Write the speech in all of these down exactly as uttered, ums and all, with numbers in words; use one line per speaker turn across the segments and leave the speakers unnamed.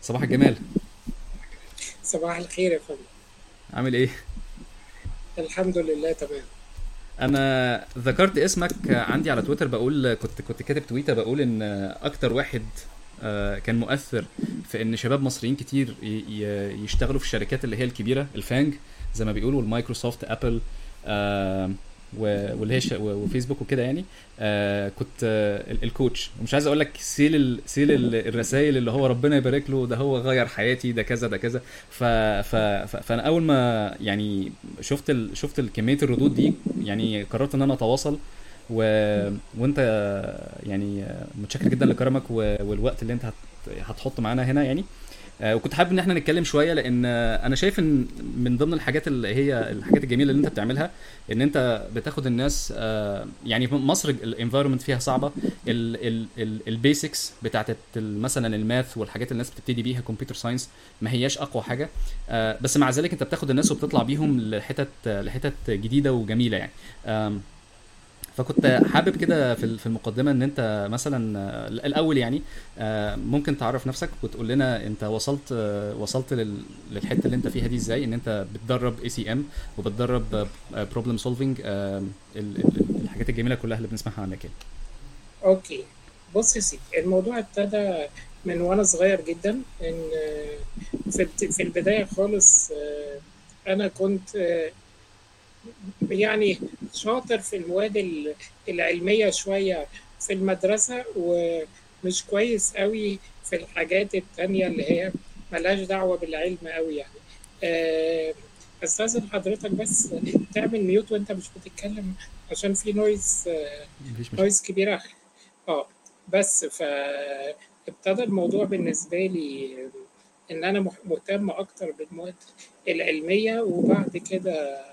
صباح الجمال.
صباح الخير يا فندم.
عامل ايه؟
الحمد لله تمام.
انا ذكرت اسمك عندي على تويتر، بقول كنت كنت كاتب تويتر بقول ان اكتر واحد آه، كان مؤثر في ان شباب مصريين كتير ي- ي- يشتغلوا في الشركات اللي هي الكبيره، الفانج زي ما بيقولوا، المايكروسوفت، ابل، آه، و- واللي هي ش- و- وفيسبوك وكده يعني. آه، كنت آه، ال- الكوتش، ومش عايز اقول لك سيل ال- سيل ال- الرسائل اللي هو ربنا يبارك له، ده هو غير حياتي، ده كذا ده كذا. ف ف ف- فانا اول ما يعني شفت ال... شفت ال- كميه الردود دي، يعني قررت ان انا اتواصل. و... وانت يعني متشكر جدا لكرمك و... والوقت اللي انت هت... هتحط معانا هنا يعني. آه، وكنت حابب ان احنا نتكلم شويه، لان آه، انا شايف ان من ضمن الحاجات اللي هي الحاجات الجميله اللي انت بتعملها، ان انت بتاخد الناس. آه، يعني في مصر الانفايرمنت فيها صعبه، البيسكس بتاعت ال- مثلا الماث والحاجات اللي الناس بتبتدي بيها، كمبيوتر ساينس، ما هياش اقوى حاجه. آه، بس مع ذلك انت بتاخد الناس وبتطلع بيهم لحتت لحتت جديده وجميله يعني. آم، فكنت حابب كده في في المقدمه ان انت مثلا آه، الاول يعني آه، ممكن تعرف نفسك وتقول لنا انت وصلت آه، وصلت لل- للحته اللي انت فيها دي ازاي، ان انت بتدرب اي سي ام وبتدرب بروبلم سولفنج، الحاجات الجميله كلها اللي بنسمعها عنك يعني.
اوكي، بص يا سيدي، الموضوع ابتدى من وانا صغير جدا. ان في البت- في البدايه خالص، آه، انا كنت آه، يعني شاطر في المواد ال- العلميه شويه في المدرسه، ومش كويس قوي في الحاجات التانية اللي هي ملهاش دعوه بالعلم قوي يعني. آه، استاذن حضرتك بس تعمل ميوت وانت مش بتتكلم، عشان في نويز
مفيش مشاكل.
نويز كبيرة. اه، بس فابتدى الموضوع بالنسبة لي إن أنا مح- مهتم أكتر بالمواد العلمية، وبعد كده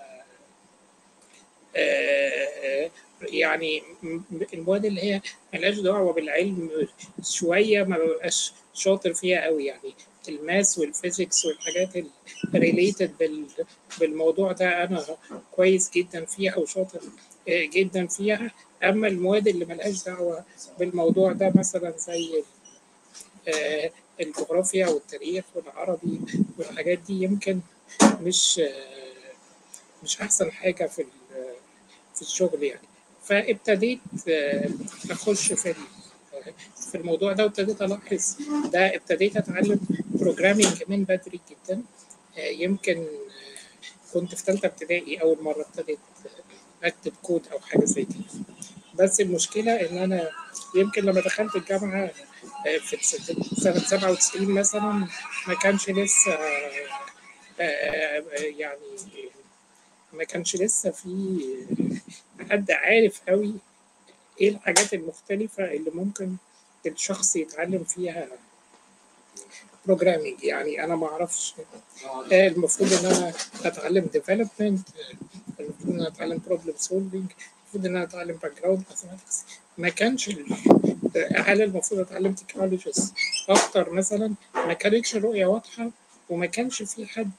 آه، يعني م- المواد اللي هي ملهاش دعوة بالعلم شوية ما ببقاش شاطر فيها قوي يعني. الماس والفيزيكس والحاجات الريليتد بالموضوع ده أنا كويس جدا فيها وشاطر آه، جدا فيها. أما المواد اللي ملهاش دعوة بالموضوع ده، مثلا زي آه، الجغرافيا والتاريخ والعربي والحاجات دي، يمكن مش آه، مش أحسن حاجة في ال- في الشغل يعني. فابتديت آه، اخش في في الموضوع ده، وابتديت الاحظ ده. ابتديت اتعلم بروجرامينج من بدري جدا. آه، يمكن آه، كنت في ثالثه ابتدائي اول مره ابتديت اكتب كود او حاجه زي كده. بس المشكله ان انا يمكن لما دخلت الجامعه آه، في سنه سبعة وتسعين مثلا، ما كانش لسه آه، آه، يعني ما كانش لسه في حد عارف قوي ايه الحاجات المختلفة اللي ممكن الشخص يتعلم فيها بروجرامينج. يعني انا ما اعرفش آه، المفروض ان انا اتعلم ديفلوبمنت، المفروض ان انا اتعلم بروبلم سولفينج، المفروض ان انا اتعلم باك جراوند ماثماتكس. ما كانش ال- هل المفروض اتعلم تكنولوجيز اكتر مثلا؟ ما كانتش الرؤية واضحة، وما كانش في حد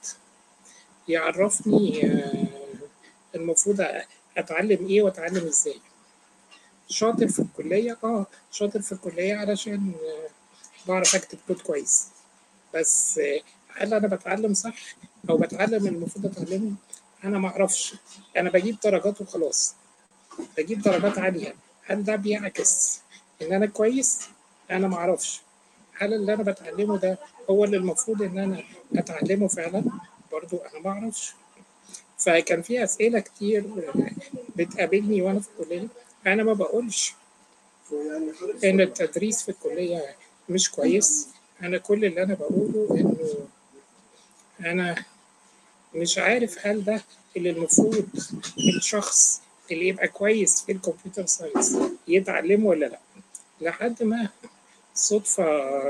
يعرفني آه، المفروض اتعلم ايه واتعلم ازاي. شاطر في الكلية، اه شاطر في الكلية علشان آه، بعرف اكتب كود كويس. بس آه، هل انا بتعلم صح او بتعلم المفروض اتعلمه؟ انا ما اعرفش. انا بجيب درجات وخلاص، بجيب درجات عالية. هل ده بيعكس ان انا كويس؟ انا ما اعرفش. هل اللي انا بتعلمه ده هو اللي المفروض ان انا اتعلمه فعلا؟ برضو انا ما اعرفش. فكان في اسئله كتير آه، بتقابلني وانا في الكليه. انا ما بقولش ان التدريس في الكليه مش كويس. انا كل اللي انا بقوله انه انا مش عارف هل ده اللي المفروض الشخص اللي يبقى كويس في الكمبيوتر ساينس يتعلمه ولا لا. لحد ما صدفة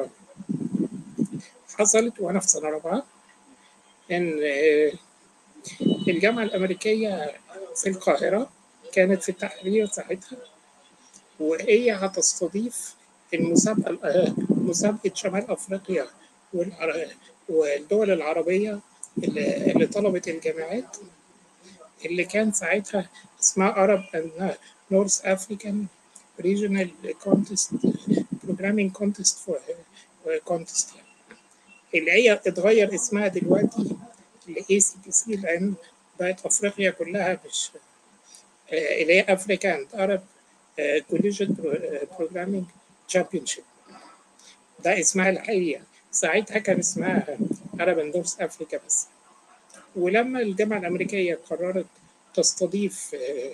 حصلت وأنا في سنة رابعة، إن آه، الجامعة الأمريكية في القاهرة كانت في التحرير ساعتها، وهي هتستضيف المسابقة آه، مسابقة شمال أفريقيا والعر- والدول العربية اللي اللي طلبت الجامعات، اللي كان ساعتها اسمها Arab and North African Regional Contest Programming Contest for Contest يعني. اللي هي اتغير اسمها دلوقتي لاي سي بي سي، لان بقت افريقيا كلها مش آه، اللي هي افريكان ارب كوليجن بروجرامينج تشامبيونشيب، ده اسمها الحقيقي. ساعتها كان اسمها عرب اند نورث افريكا بس. ولما الجامعه الامريكيه قررت تستضيف آه،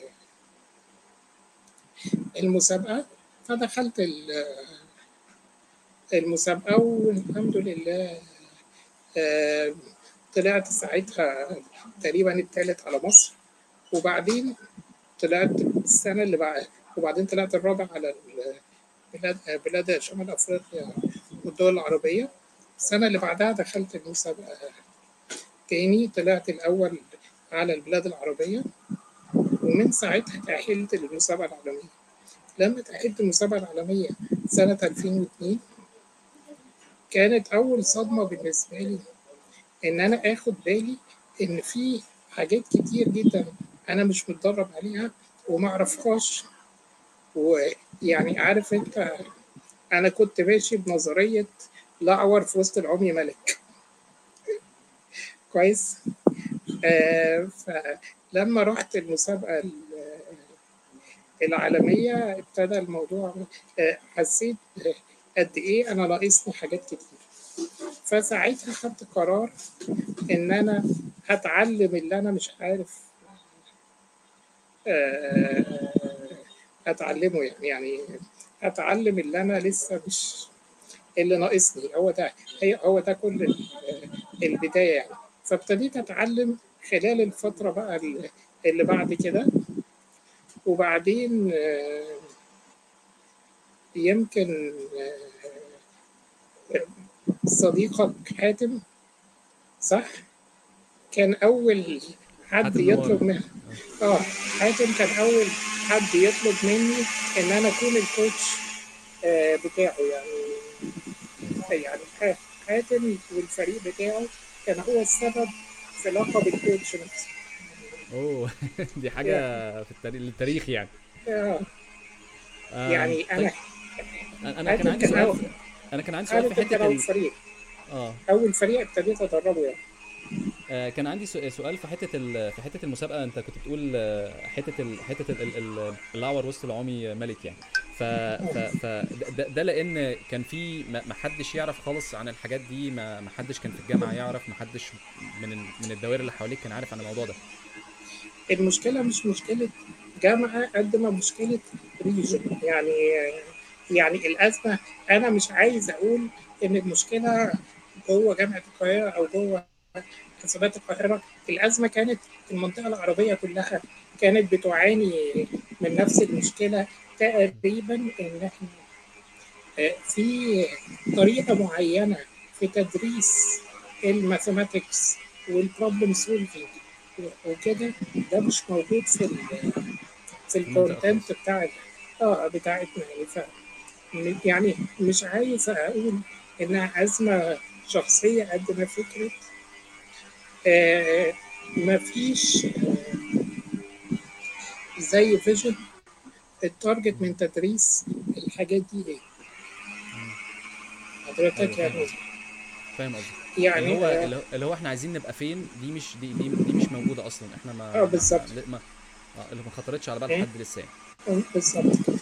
المسابقه، فدخلت المسابقه والحمد لله آه، طلعت ساعتها تقريبا الثالث على مصر، وبعدين طلعت السنه اللي بعد، وبعدين طلعت الرابع على بلاد بلاد شمال افريقيا والدول العربيه. السنه اللي بعدها دخلت المسابقه تاني، طلعت الاول على البلاد العربيه، ومن ساعتها تأهلت للمسابقه العالميه. لما تأهلت المسابقه العالميه سنه ألفين واثنين، كانت اول صدمه بالنسبه لي ان انا اخد بالي ان في حاجات كتير جدا انا مش متدرب عليها وما اعرفهاش. ويعني عارف انت، انا كنت ماشي بنظريه لا اعور في وسط العمي ملك. كويس. آه فلما رحت المسابقه العالميه ابتدى الموضوع، آه حسيت قد ايه انا ناقصني حاجات كتير. فساعتها خدت قرار ان انا هتعلم اللي انا مش عارف آه هتعلمه، يعني يعني هتعلم اللي انا لسه مش اللي ناقصني. هو ده هي هو ده كل البدايه يعني. فابتديت اتعلم خلال الفتره بقى اللي بعد كده. وبعدين آه، يمكن آه، صديقك حاتم، صح؟ كان اول حد
حاتم نور.
يطلب منه. اه حاتم كان اول حد يطلب مني ان انا اكون الكوتش آه بتاعه يعني. يعني حاتم والفريق بتاعه كان هو السبب في لقب الكوتش نفسه.
اوه دي حاجه
يعني
في التاريخ للتاريخ يعني.
آه
أم،
يعني
طيب،
انا
انا أنا كان
حاتم
عندي
كان
سؤال
أول
في انا كان عندي سؤال في
حاتم كان
حته
أول
ال...
فريق
اه
أول فريق ابتديت أدربه يعني.
آه، كان عندي سؤ- سؤال في حته ال... في حته المسابقه. انت كنت بتقول آه، حته ال... حته ال... ال... ال- الاعور وسط العمي ملك يعني. ف ف ف ده, ده ده لان كان في ما ما حدش يعرف خالص عن الحاجات دي، ما ما حدش كان في الجامعه يعرف، ما حدش من ال... من الدوائر اللي حواليك كان عارف عن الموضوع ده.
المشكلة مش مشكلة جامعة قد ما مشكلة ريجن يعني. يعني الأزمة، أنا مش عايز أقول إن المشكلة جوه جامعة القاهرة أو جوه حسابات القاهرة. الأزمة كانت في المنطقة العربية كلها، كانت بتعاني من نفس المشكلة تقريبا. إن إحنا آه، في طريقة معينة في تدريس الماثيماتكس والبروبلم سولفينج وكده، ده مش موجود في ال في
في المنطقه
الكونتنت
خالص.
بتاع ال- اه بتاعتنا يعني. ف يعني مش عايز اقول انها ازمه شخصيه قد ما فكره آه مفيش آه زي فيجن التارجت
مم.
من تدريس الحاجات دي ايه
مم. ايوه
حضرتك
فاهم
يعني.
قصدك، فاهم قصدك. اللي
يعني
هو
اه,
اللي هو اللي هو احنا عايزين نبقى فين، دي مش دي دي, دي مش موجوده اصلا. احنا
آه
ما ما
بالظبط.
ما, ما آه، اللي ما خطرتش على بال
آه
حد لسه يعني.
بالظبط كده.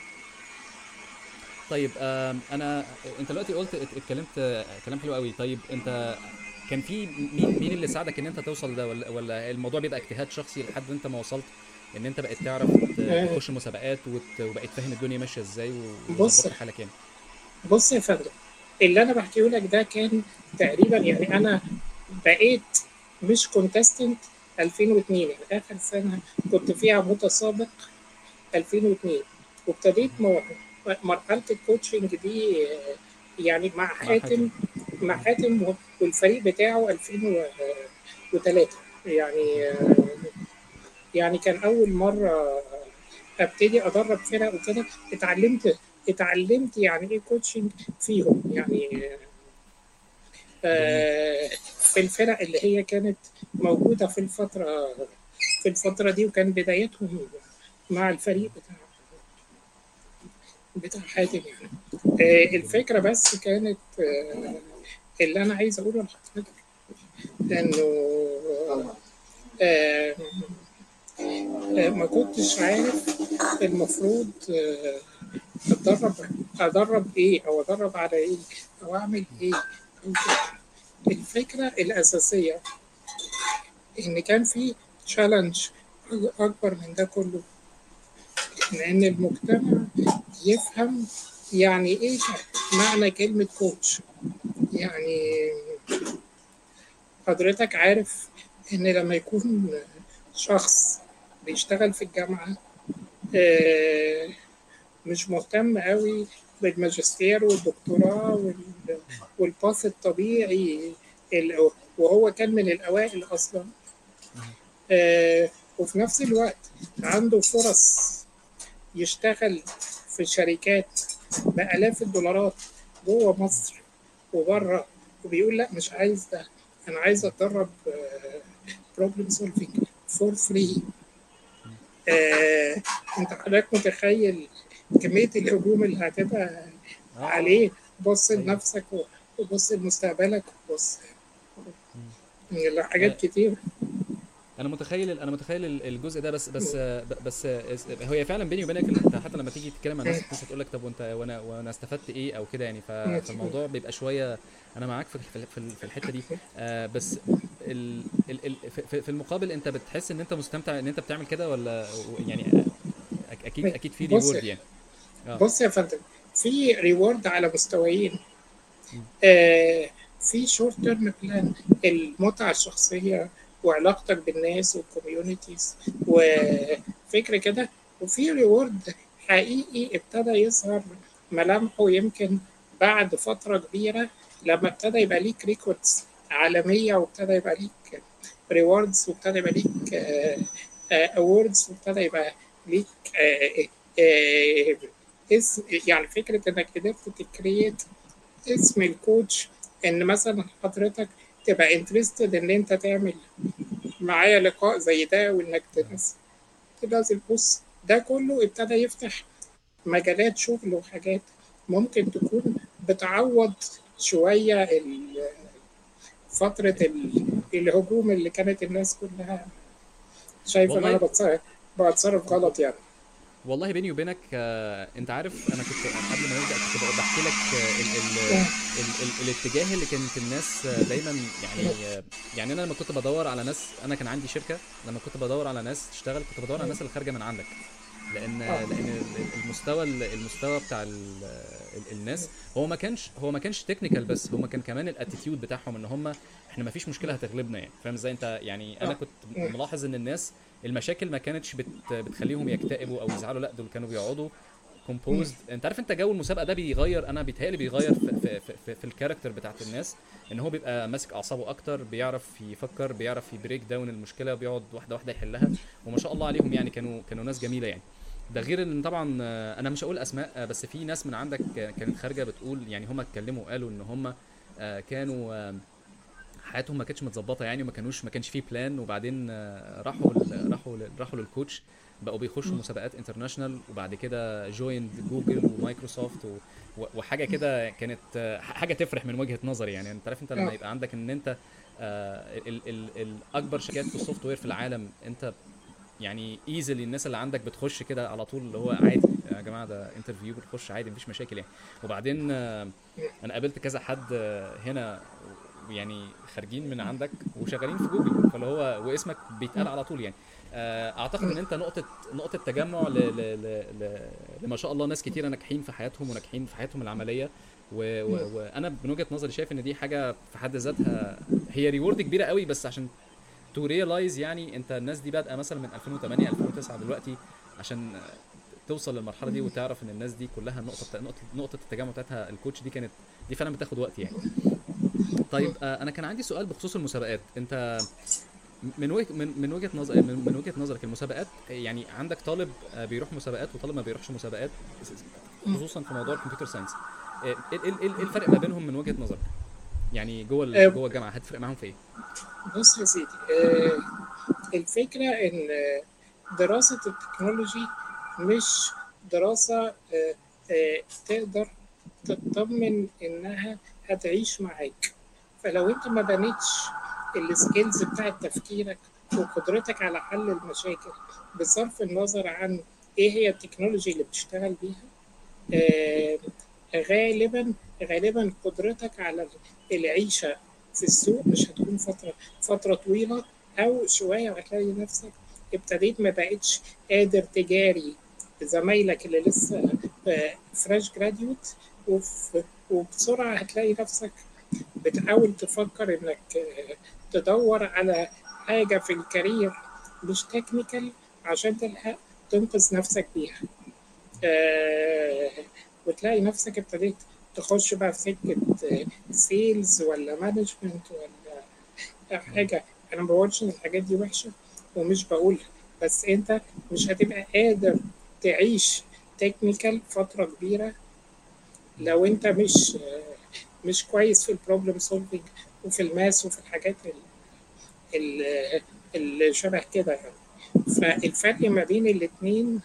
طيب آم، انا انت دلوقتي قلت ات- اتكلمت آه، كلام حلو قوي. طيب انت كان في مين مين اللي ساعدك ان انت توصل ده، ولا ولا الموضوع بيبقى اجتهاد شخصي لحد انت ما وصلت ان انت بقيت تعرف ت-
آه
تخش مسابقات وت- وبقيت فاهم الدنيا ماشيه ازاي و-
بص
وظبطت حالك يعني.
بص يا فندم، اللي انا بحكيه لك ده كان تقريبا يعني انا بقيت مش كونتستنت ألفين واثنين، يعني اخر سنه كنت فيها متسابق ألفين واثنين. وابتديت مو- مرحله الكوتشنج دي آه، يعني مع
مع حاتم.
حاتم مع حاتم والفريق بتاعه ألفين وثلاثة يعني. آه، يعني كان اول مره ابتدي ادرب فرق وكده. اتعلمت اتعلمت يعني ايه كوتشنج فيهم يعني.
جميل.
آه، في الفرق اللي هي كانت موجودة في الفترة في الفترة دي، وكان بدايتهم مع الفريق بتاع بتاع حاتم يعني. آه،
جميل.
الفكرة بس كانت آه، اللي انا عايز اقوله لحضرتك انه آه آه ما كنتش عارف المفروض آه اتدرب ادرب ايه او ادرب على ايه او اعمل ايه. الفكره الاساسيه ان كان في تشالنج اكبر من ده كله، لان المجتمع يفهم يعني ايه معنى كلمه كوتش. يعني حضرتك عارف ان لما يكون شخص بيشتغل في الجامعه آه، مش مهتم قوي بالماجستير والدكتوراه وال- والباث الطبيعي ال- وهو كان من الأوائل أصلا، آه، وفي نفس الوقت عنده فرص يشتغل في شركات بآلاف الدولارات جوه مصر وبره، وبيقول لا مش عايز ده، أنا عايز أتدرب بروبلم سولفينج فور فري. أنت حضرتك متخيل كمية الهجوم اللي هتبقى
اه اه
عليه؟ بص
ايوه.
لنفسك وبص لمستقبلك وبص
مم.
لحاجات
آه،
كتير.
انا متخيل انا متخيل ال- الجزء ده، بس بس آه، ب- بس آه، اس- هي فعلا بيني وبينك ال- انت حتى لما تيجي تتكلم مع الناس الناس هتقول لك طب وانت وانا وانا استفدت ايه او كده يعني. ف- فالموضوع بيبقى شويه. انا معاك في في في في الحته دي. آه، بس ال ال ال في في- في المقابل انت بتحس ان انت مستمتع ان انت بتعمل كده ولا يعني آه، أك- اكيد اكيد في
بص
ريورد يعني. اه.
بص يا فندم، في ريورد على مستويين.
مم.
آه في شورت تيرم بلان، المتعة الشخصية وعلاقتك بالناس والكوميونيتيز وفكرة كده، وفي ريورد حقيقي ابتدى يظهر ملامحه يمكن بعد فترة كبيرة، لما ابتدى يبقى ليك ريكوردز عالمية وابتدى يبقى ليك ريوردز وابتدى يبقى ليك اووردز وابتدى يبقى ليك آه، آه، اسم، يعني فكرة انك قدرت تكريت اسم الكوتش، ان مثلا حضرتك تبقى انترستد ان انت تعمل معايا لقاء زي ده وانك تنزل تنزل بص، ده كله ابتدى يفتح مجالات شغل وحاجات ممكن تكون بتعوض شوية ال- فترة ال- الهجوم اللي كانت الناس كلها شايفة ان انا
والله
بتصرف بتصرف غلط يعني.
والله بيني وبينك آه، انت عارف انا كنت قبل ما نبدا كنت بقى بحكي لك آه، ال ال ال ال الاتجاه اللي كانت الناس آه، دايما يعني آه، يعني انا لما كنت بدور على ناس، انا كان عندي شركه، لما كنت بدور على ناس تشتغل كنت بدور على الناس اللي خارجه من عندك. لان
اه
لان ال- ال- المستوى المستوى بتاع ال ال الناس هو ما كانش هو ما كانش تكنيكال، بس هو كان كمان الاتيتيود بتاعهم ان هم احنا ما فيش مشكله هتغلبنا يعني. فاهم ازاي انت يعني؟ انا
اه
كنت ملاحظ ان الناس المشاكل ما كانتش بت بتخليهم يكتئبوا او يزعلوا، لا دول كانوا بيقعدوا كومبوزد. انت عارف انت جو المسابقه ده بيغير، انا بيتهيألي بيغير في في في, في, في الكاركتر بتاعت الناس، ان هو بيبقى ماسك اعصابه اكتر، بيعرف يفكر، بيعرف يبريك داون المشكله، بيقعد واحده واحده يحلها. وما شاء الله عليهم يعني، كانوا كانوا ناس جميله يعني. ده غير ان طبعا آه، انا مش هقول اسماء آه، بس في ناس من عندك آه، كانت خارجه بتقول يعني هم اتكلموا وقالوا ان هم آه، كانوا آه، حياتهم ما كانتش متظبطه يعني، وما كانوش ما كانش فيه بلان، وبعدين آه، راحوا ال- راحوا ل- راحوا للكوتش، بقوا بيخشوا مسابقات انترناشونال، وبعد كده جويند جوجل ومايكروسوفت و- و- وحاجه كده كانت آه، حاجه تفرح من وجهه نظري يعني. انت عارف انت لما
اه
يبقى عندك ان انت آه، ال ال ال الاكبر شركات في السوفت وير في العالم، انت يعني ايزلي الناس اللي عندك بتخش كده على طول، اللي هو عادي يا جماعه ده انترفيو بنخش عادي مفيش مشاكل يعني. وبعدين آه، انا قابلت كذا حد آه، هنا يعني خارجين من عندك وشغالين في جوجل، فاللي هو واسمك بيتقال على طول يعني. آه، اعتقد ان انت نقطه نقطه تجمع ل ل ل ل لما شاء الله ناس كتيره ناجحين في حياتهم وناجحين في حياتهم العمليه. و- و- وانا من وجهه نظري شايف ان دي حاجه في حد ذاتها هي ريورد كبيره قوي، بس عشان تو ريلايز يعني انت الناس دي بادئه مثلا من ألفين وثمانية ألفين وتسعة دلوقتي، عشان توصل للمرحله دي وتعرف ان الناس دي كلها النقطه نقطه نقطه التجمع بتاعتها الكوتش دي كانت دي فعلا بتاخد وقت يعني. طيب آه، انا كان عندي سؤال بخصوص المسابقات. انت من وجه من من وجهه نظر من من وجهه نظرك المسابقات يعني عندك طالب آه، بيروح مسابقات وطالب ما بيروحش مسابقات، خصوصا في موضوع الكمبيوتر ساينس. ايه ايه ايه إيه الفرق ما بينهم من وجهه نظرك يعني جوه ال-
آه،
جوه الجامعه؟ هتفرق معاهم في ايه؟
بص يا سيدي، آه، الفكرة إن دراسة التكنولوجي مش دراسة آه، آه، تقدر تطمن إنها هتعيش معاك. فلو انت ما بنيتش السكيلز بتاعت تفكيرك وقدرتك على حل المشاكل بصرف النظر عن ايه هي التكنولوجي اللي بتشتغل بيها، آه، غالبا غالبا قدرتك على العيشة في السوق مش هتكون فترة فترة طويلة، أو شوية هتلاقي نفسك ابتديت ما بقتش قادر تجاري زمايلك اللي لسه فريش جراديوت، وبسرعة هتلاقي نفسك بتحاول تفكر إنك آه، تدور على حاجة في الكارير مش تكنيكال عشان تلحق تنقذ نفسك بيها. آه، وتلاقي نفسك ابتديت تخش بقى في سكة سيلز ولا مانجمنت ولا حاجة. أنا ما بقولش إن الحاجات دي وحشة ومش بقولها، بس أنت مش هتبقى قادر تعيش تكنيكال فترة كبيرة لو أنت مش آه، مش كويس في البروبلم سولفينج وفي الماس وفي الحاجات ال- اللي شبه كده يعني. فالفرق ما بين الاتنين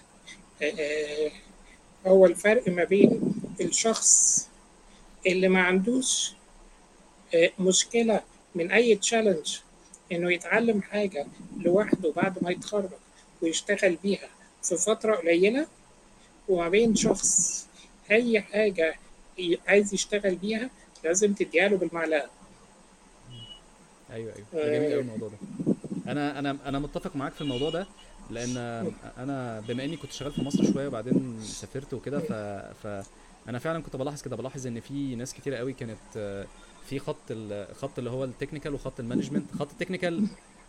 آه، هو الفرق ما بين الشخص اللي ما عندوش آه، مشكلة من أي تشالنج إنه يتعلم حاجة لوحده بعد ما يتخرج ويشتغل بيها في فترة قليلة، وما بين شخص أي حاجة ي- عايز يشتغل بيها لازم تديها بالمعلقة.
ايوه ايوه، ده جميل قوي
آه،
الموضوع ده. انا انا انا متفق معاك في الموضوع ده، لان انا بما اني كنت شغال في مصر شويه وبعدين سافرت وكده، ف ف انا فعلا كنت بلاحظ كده، بلاحظ ان في ناس كتيره قوي كانت آه، في خط الخط اللي هو التكنيكال وخط المانجمنت. خط التكنيكال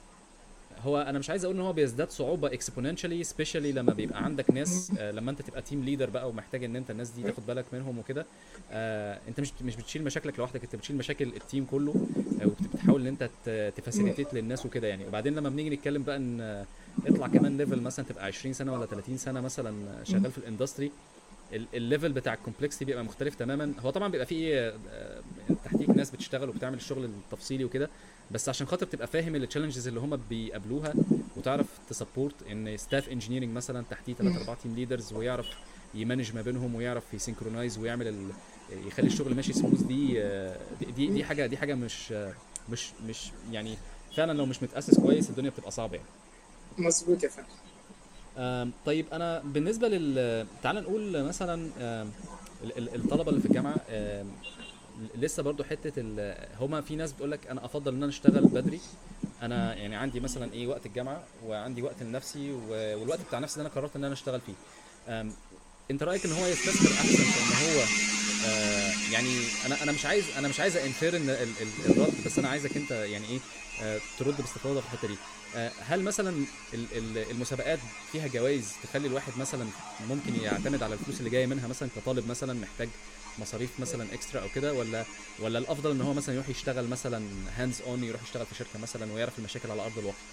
هو انا مش عايز اقول ان هو بيزداد صعوبه اكسبوننشالي، سبيشالي لما بيبقى عندك ناس، آه، لما انت تبقى تيم ليدر بقى ومحتاج ان انت الناس دي تاخد بالك منهم وكده. آه، انت مش مش بتشيل مشاكلك لوحدك، انت بتشيل مشاكل التيم كله، آه، وبتحاول ان انت تفاسيليتيت للناس وكده يعني. وبعدين لما بنيجي نتكلم بقى ان آه، اطلع كمان ليفل، مثلا تبقى عشرين سنه ولا تلاتين سنه مثلا شغال في الاندستري، ال- الليفل بتاع الكومبلكسيتي بيبقى مختلف تماما. هو طبعا بيبقى فيه آه، آه، تحتيك ناس بتشتغل وبتعمل الشغل التفصيلي وكده، بس عشان خاطر تبقى فاهم التشالنجز اللي هم بيقابلوها، وتعرف تسبورت ان ستاف انجينيرنج مثلا تحتيه ثلاثة أربعة تيم ليدرز، ويعرف يمانج ما بينهم ويعرف يسينكرونايز ويعمل ال... يخلي الشغل ماشي سموث. دي آه، دي دي دي حاجه دي حاجه مش آه، مش مش يعني فعلا لو مش متأسس كويس الدنيا بتبقى صعبه يعني.
مظبوط يا فندم.
آم، طيب انا بالنسبه لل تعال نقول مثلا آم، ال- ال- الطلبه اللي في الجامعه، آم، لسه برضو حته ال... هما في ناس بتقول لك انا افضل ان انا اشتغل بدري. انا يعني عندي مثلا ايه وقت الجامعه وعندي وقت لنفسي، و- والوقت بتاع نفسي ده انا قررت ان انا اشتغل فيه. أم، انت رايك ان هو يستثمر احسن في ان هو آه يعني انا انا مش عايز انا مش عايز انفير ان ال- ال- الرد، بس انا عايزك انت يعني ايه آه ترد باستفاضه في الحته دي. آه هل مثلا ال- ال- المسابقات فيها جوائز تخلي الواحد مثلا ممكن يعتمد على الفلوس اللي جايه منها، مثلا كطالب مثلا محتاج مصاريف مثلا اكسترا او كده، ولا ولا الافضل ان هو مثلا يروح يشتغل مثلا هاندز اون، يروح يشتغل في شركه مثلا ويعرف المشاكل على ارض الواقع؟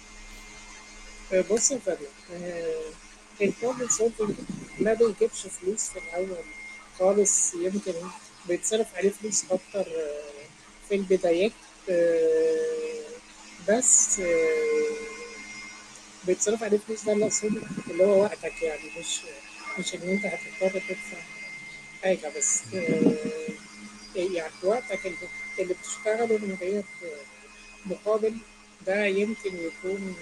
آه، بص يا فندم، آه، البروبلم سولفنج ما بيجيبش فلوس في الأول خالص، يمكن بيتصرف عليه فلوس أكتر آه، في البدايات، آه، بس آه، بيتصرف عليه فلوس، ده اللي أقصده اللي هو وقتك يعني، مش مش إن أنت هتضطر تدفع حاجة، بس آه، يعني وقتك اللي اللي بتشتغله من غير مقابل، ده يمكن يكون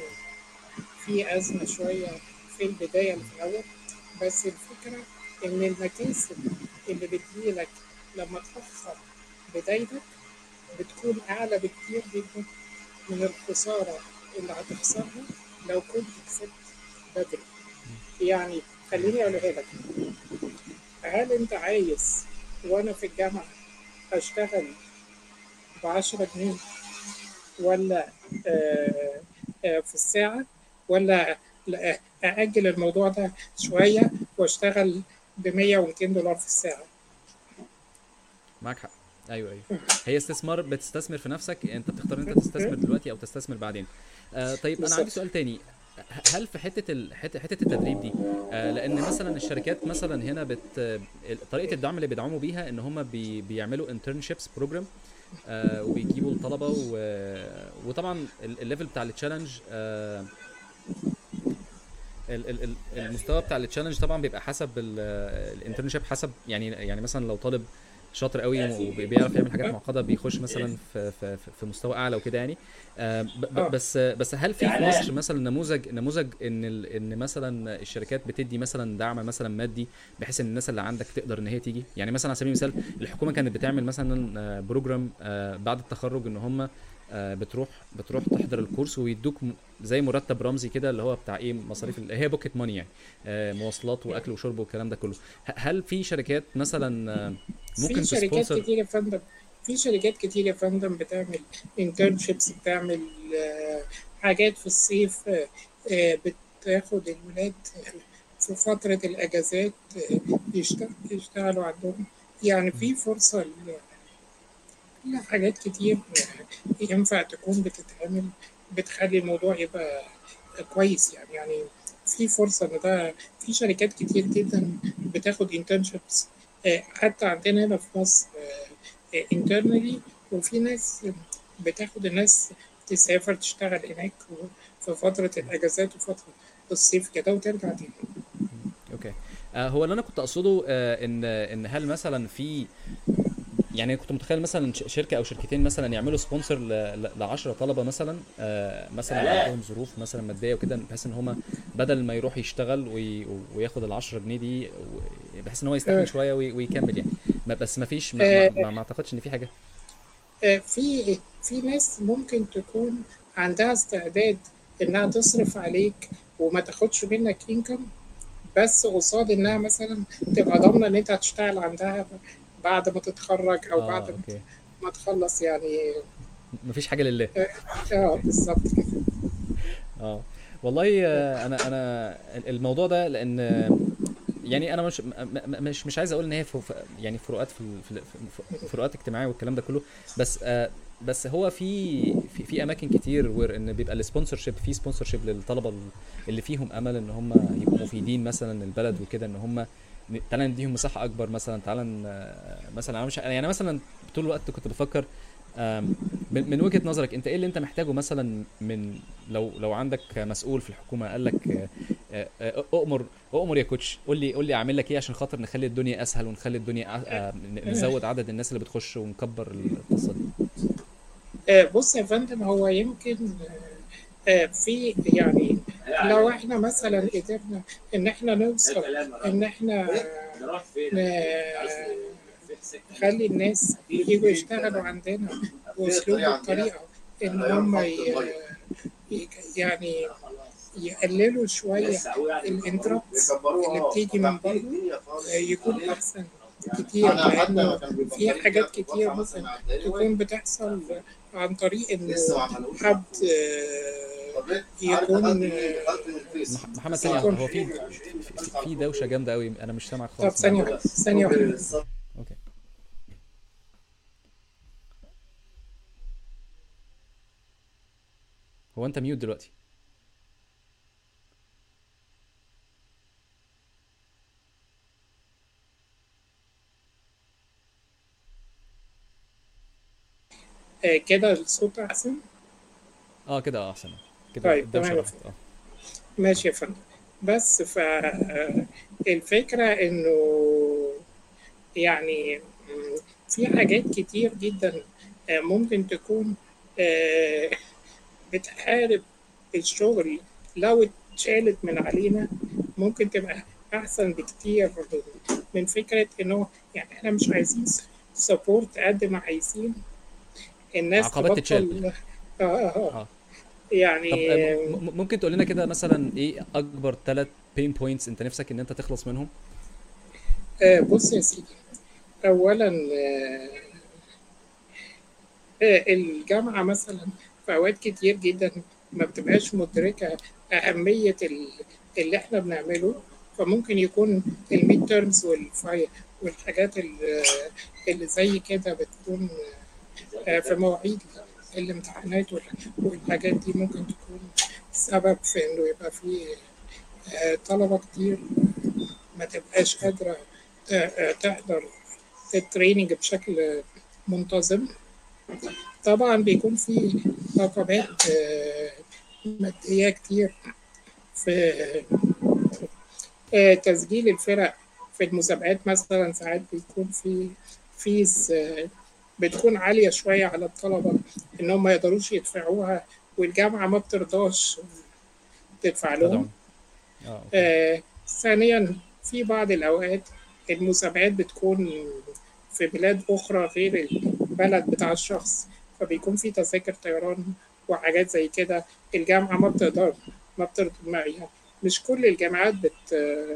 في أزمة شوية في البداية اللي في الأول. بس الفكرة إن المكاسب اللي بتجيلك لما تأخر بدايتك بتكون أعلى بكتير جدا من الخسارة اللي هتخسرها لو كنت كسبت بدري. يعني خليني أقولها لك، هل أنت عايز وأنا في الجامعة أشتغل بعشرة جنيه، ولا آه، آه، في الساعة، ولا لا، أأجل الموضوع ده شوية وأشتغل بمية ومتين دولار في الساعة؟
معاك حق. ايوه ايوه، هي استثمار، بتستثمر في نفسك، انت بتختار ان انت تستثمر دلوقتي او تستثمر بعدين. آه طيب انا عندي
بالظبط.
سؤال تاني. ه- هل في حته ال... حته حته التدريب دي، آه لان مثلا الشركات مثلا هنا بت آه، طريقه الدعم اللي بيدعموا بيها ان هم بي... بيعملوا انترنشيبس بروجرام، آه وبيجيبوا الطلبه و... وطبعا ال- الليفل بتاع التشالنج، آه ال- ال- ال- المستوى بتاع التشالنج طبعا بيبقى حسب الانترنشيب، حسب يعني يعني مثلا لو طالب شاطر قوي وبيعرف يعمل حاجات معقده بيخش مثلا في في في مستوى اعلى وكده يعني. آه، ب- ب-
اه
بس بس هل في في مصر مثلا نموذج نموذج ان ال- ان مثلا الشركات بتدي مثلا دعم مثلا مادي بحيث ان الناس اللي عندك تقدر ان هي تيجي؟ يعني مثلا على سبيل المثال الحكومه كانت بتعمل مثلا آه، بروجرام آه، بعد التخرج ان هم آه، بتروح بتروح تحضر الكورس ويدوك م- زي مرتب رمزي كده اللي هو بتاع ايه مصاريف اللي هي بوكيت ماني يعني، آه، مواصلات واكل وشرب والكلام ده كله. ه- هل في شركات مثلا آه،
في
ممكن
شركات
تسبونسر؟
كتير يا فندم في شركات كتير يا فندم بتعمل internships، بتعمل آه، حاجات في الصيف، آه، آه، بتاخد الولاد في فترة الأجازات، آه، يشت- يشتغلوا عندهم. يعني في فرصة ل- لحاجات كتير آه، ينفع تكون بتتعمل، بتخلي الموضوع يبقى كويس يعني يعني في فرصة إن ده في شركات كتير جدا بتاخد internships، آه، حتى عندنا هنا في مصر internally، وفي ناس بتاخد الناس تسافر تشتغل هناك في فترة الأجازات وفترة الصيف كده وترجع تاني.
اوكي. آه هو اللي انا كنت اقصده آه ان ان هل مثلا في، يعني كنت متخيل مثلا ش- شركه او شركتين مثلا يعملوا سبونسر ل عشرة طلبه مثلا آه مثلا عندهم ظروف مثلا ماديه وكده، بحيث ان هم بدل ما يروح يشتغل وي وياخد ال عشرة جنيه دي و- بحيث ان هو
آه،
يستحمل شويه وي ويكمل يعني. ما- بس ما فيش ما, ما,
آه،
ما ما اعتقدش ان في حاجه.
آه، في في ناس ممكن تكون عندها استعداد إنها تصرف عليك وما تاخدش منك انكم، بس قصاد إنها مثلا تبقى ضامنة إن أنت هتشتغل عندها بعد ما تتخرج أو بعد
اه
ما
اوكي.
ما تخلص يعني.
ما فيش حاجه لله.
اه آه،
اوكي.
بالظبط كده.
اه والله آه، انا انا الموضوع ده لان يعني انا مش م- م- مش مش عايز اقول ان هي فو- ف- يعني فروقات في ال- في ال- في- فروقات اجتماعيه والكلام ده كله. بس آه بس هو في في, في اماكن كتير وير ان بيبقى السبونسر شيب في سبونسر شيب للطلبه ال- اللي فيهم امل ان هم يبقوا مفيدين مثلا للبلد وكده، ان هم ن- تعالى نديهم مساحه اكبر مثلا، تعالى ن- آه، مثلا انا مش يعني مثلا طول الوقت كنت بفكر آم، من من وجهة نظرك انت ايه اللي انت محتاجه مثلا من لو لو عندك مسؤول في الحكومة قال لك آه، آه، آه، اؤمر اؤمر يا كوتش، قول لي قول لي اعمل لك ايه عشان خاطر نخلي الدنيا اسهل ونخلي الدنيا أ- آه، ن- نزود عدد الناس اللي بتخش ونكبر القصة دي.
آه، بص يا فندم، هو يمكن آه، في يعني لو احنا مثلا قدرنا ان احنا نوصل ان احنا ن- نخلي الناس يجوا يشتغلوا عندنا باسلوب وبطريقه ان هم ي- ي- يعني يقللوا شويه الانتربتس اللي بتيجي من بره، آه، يكون احسن كتير، لانه في حاجات كتير ممكن تكون بتحصل عن طريق انه حد آه، يكون
مح- محمد
آه،
ثانية واحدة،
يكون
هو في في, في, في دوشة جامدة قوي انا مش سامعك
طب
خالص من
ثانية
ورا.
واحدة ثانية واحدة.
اوكي. هو انت ميوت دلوقتي؟
آه، كده الصوت أحسن.
اه كده اه احسن. كده
طيب
الدوشة
تمام يا
راحت
فندم.
اه.
ماشي يا فندم. بس فالفكرة إنه يعني مم، في حاجات كتير جدا آه، ممكن تكون آه، بتحارب الشغل، لو اتشالت من علينا ممكن تبقى أحسن بكتير من من فكرة إنه يعني إحنا مش عايزين سبورت قد ما عايزين الناس
عقبات تتشال.
تبطل. آه آه آه.
اه. طب آه، م-
يعني
م- ممكن تقول لنا كده مثلا ايه اكبر ثلاث بين بوينتس انت نفسك ان انت تخلص منهم؟
آه بص يا سيدي، أولا آه آه، الجامعة مثلا في أوقات كتير جدا ما بتبقاش مدركة أهمية ال- اللي إحنا بنعمله، فممكن يكون الميد تيرمز والحاجات ال- اللي زي كده بتكون آه، في مواعيد الامتحانات وال- والحاجات دي ممكن تكون سبب في إنه يبقى في آه، طلبة كتير ما تبقاش قادرة ت- آه، تحضر التريننج بشكل منتظم. طبعا بيكون في عقبات آه، مادية كتير في آه، تسجيل الفرق في المسابقات، مثلا ساعات بيكون في فيز بتكون عالية شوية على الطلبة إن هم ما يقدروش يدفعوها، والجامعة ما بترضاش تدفع لهم.
تدعم. اه اوكي.
آه، ثانيا في بعض الأوقات المسابقات بتكون في بلاد أخرى غير البلد بتاع الشخص، فبيكون في تذاكر طيران وحاجات زي كده الجامعة ما بتقدر ما بتقدر ما يعني مش كل الجامعات بت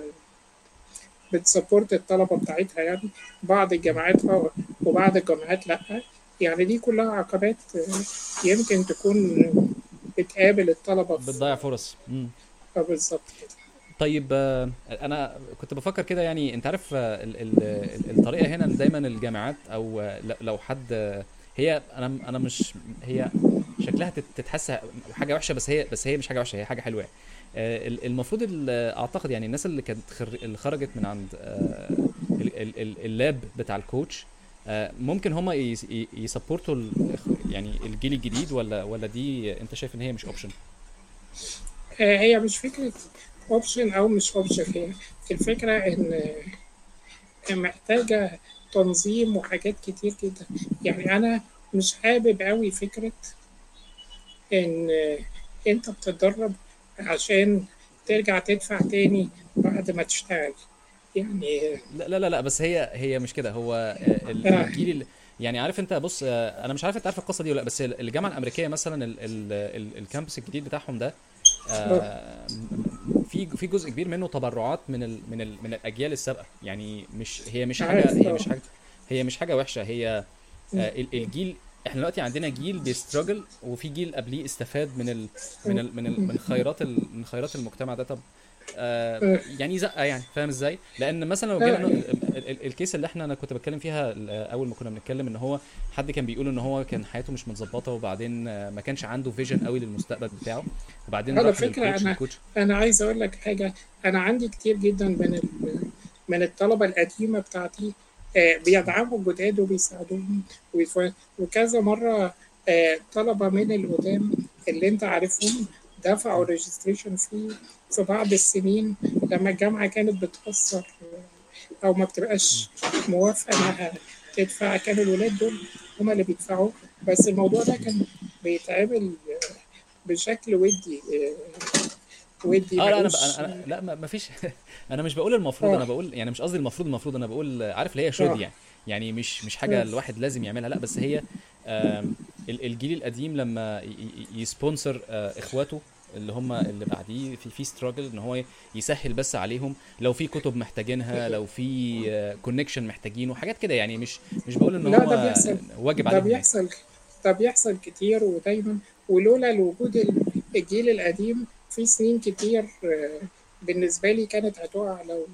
بتسبورت الطلبة بتاعتها يعني. بعض الجامعات اه وبعض الجامعات لأ. يعني دي كلها عقبات آه، يمكن تكون بتقابل الطلبة
بتضيع
في
فرص. مم.
آه، بالظبط كده.
طيب آه، انا كنت بفكر كده، يعني انت عارف آه، ال- ال- ال- الطريقه هنا إن دايما الجامعات او آه، ل- لو حد آه، هي انا انا مش هي شكلها تت- تتحس حاجه وحشه، بس هي بس هي مش حاجه وحشه، هي حاجه حلوه يعني. آه، ال- المفروض ال- اعتقد يعني الناس اللي كانت خر- اللي خرجت من عند آه، ال- ال- ال- اللاب بتاع الكوتش، آه، ممكن هم يسبورتوا يعني الجيل الجديد، ولا ولا دي انت شايف ان هي مش اوبشن؟
آه، هي مش فكرة اوبشن او مش اوبشن. هي الفكرة ان محتاجة تنظيم وحاجات كتير جدا. يعني انا مش حابب قوي فكرة ان انت بتتدرب عشان ترجع تدفع تاني بعد ما تشتغل يعني.
لا لا لا لا، بس هي هي مش كده. هو آه، ال-
آه
الجيل ال- يعني عارف انت، بص آه، انا مش عارف انت عارف القصه دي ولا لا، بس ال- الجامعه الامريكيه مثلا ال ال ال الكامبس الجديد بتاعهم ده
آه
آه، م- م- في في جزء كبير منه تبرعات من ال من ال من الاجيال السابقه، يعني مش هي مش حاجه
عارف
هي
آه
مش حاجه هي مش حاجه وحشه. هي آه، ال- الجيل، احنا دلوقتي عندنا جيل بيستراجل، وفي جيل قبليه استفاد من ال من ال من ال من خيرات ال من خيرات المجتمع ده. طب آه
آه
يعني زقه يعني، فاهم ازاي؟ لان مثلا لو جينا
آه
نق- ال- ال- الكيس اللي احنا انا كنت بتكلم فيها ال- اول ما كنا بنتكلم، ان هو حد كان بيقول ان هو كان حياته مش متظبطه، وبعدين آه، ما كانش عنده فيجن قوي للمستقبل بتاعه، وبعدين
على
راح
فكرة
للكوتش.
أنا
الكوتش
أنا عايز أقول لك حاجة. أنا عندي كتير جدا من ال- من الطلبة القديمة بتاعتي آه، بيدعموا الجداد وبيساعدوهم ويتف- وكذا مرة آه، طلبة من القدام اللي أنت عارفهم دفعوا ريجستريشن فيه في بعض السنين لما الجامعة كانت بتأثر أو ما بتبقاش موافقة إنها تدفع. كانوا الولاد دول هما اللي بيدفعوا، بس الموضوع ده كان بيتعمل بشكل ودي آه، ودي
اه لا انا بقى انا,
ملوش.
أنا لا ما ما فيش انا مش بقول المفروض،
اه
انا بقول يعني مش قصدي المفروض المفروض انا بقول عارف اللي هي شود
اه
يعني. يعني مش مش حاجه
اه
الواحد لازم يعملها، لا، بس هي آم، ال- الجيل القديم لما ي- ي- يسبونسر آه، اخواته اللي هم اللي بعديه في في ستراجل، ان هو يسهل بس عليهم، لو في كتب محتاجينها، لو في كونكشن محتاجينه، حاجات كده يعني. مش مش بقول ان
لا،
هو
ده بيحصل.
واجب
ده
عليهم يعني.
بيحصل ده بيحصل كتير ودايما. ولولا الوجود ال- الجيل القديم في سنين كتير آه، بالنسبة لي كانت هتقع لو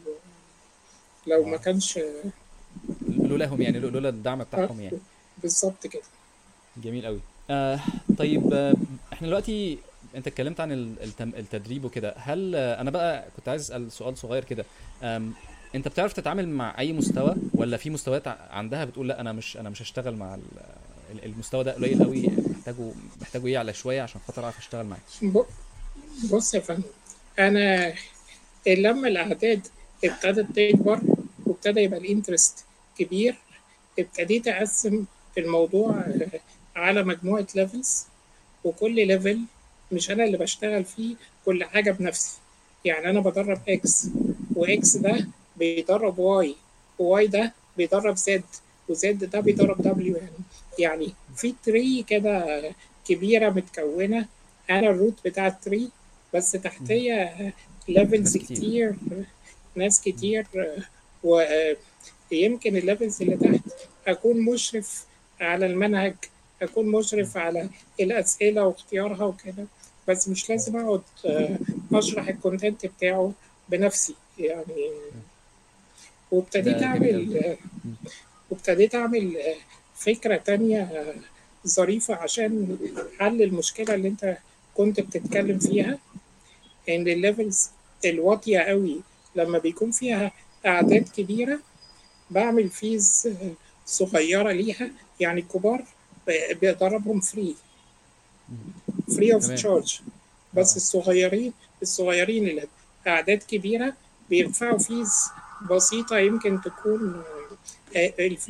لو ما
اه
كانش.
لولاهم يعني، لولا الدعم
آه،
بتاعهم يعني.
بالظبط كده.
جميل قوي. آه طيب آه احنا دلوقتي انت اتكلمت عن ال- التم- التدريب وكده. هل آه انا بقى كنت عايز اسال سؤال صغير كده. آم، انت بتعرف تتعامل مع اي مستوى، ولا في مستويات ع- عندها بتقول لا انا مش انا مش هشتغل مع ال- ال- المستوى ده قليل قوي، محتاجه محتاجه يعلى شويه عشان خاطر اعرف اشتغل معاه؟
ب- بص يا فندم، أنا لما الأعداد ابتدت تكبر وابتدى يبقى الانترست كبير، ابتديت أقسم الموضوع آه، على مجموعة ليفلز. وكل ليفل مش أنا اللي بشتغل فيه كل حاجة بنفسي. يعني أنا بدرب إكس، وإكس ده بيدرب واي، وواي ده بيدرب زد، وزد ده بيدرب دبليو. يعني يعني في تري كده كبيرة متكونة. أنا الروت بتاع التري، بس
مهم.
تحتية ليفلز
ناس كتير.
كتير، ناس
مم.
كتير. ويمكن الليفلز اللي تحت أكون مشرف على المنهج، أكون
مم.
مشرف على الأسئلة واختيارها وكده، بس مش
مم.
لازم أقعد آه، أشرح الكونتنت بتاعه بنفسي يعني.
مم.
وابتديت
ده جميل قوي.
أعمل آه،
مم.
وابتديت أعمل آه، فكرة تانية آه، ظريفة عشان حل المشكلة اللي أنت كنت بتتكلم فيها. إن الليفلز الواطية قوي لما بيكون فيها أعداد كبيرة بعمل فيز آه، صغيرة ليها. يعني الكبار ب- بضربهم فري،
مم.
فري اوف
تمام.
تشارج.
اه
بس
اه.
الصغيرين الصغيرين اللي أعداد كبيرة بيدفعوا فيز بسيطة. يمكن تكون آه، الفلوس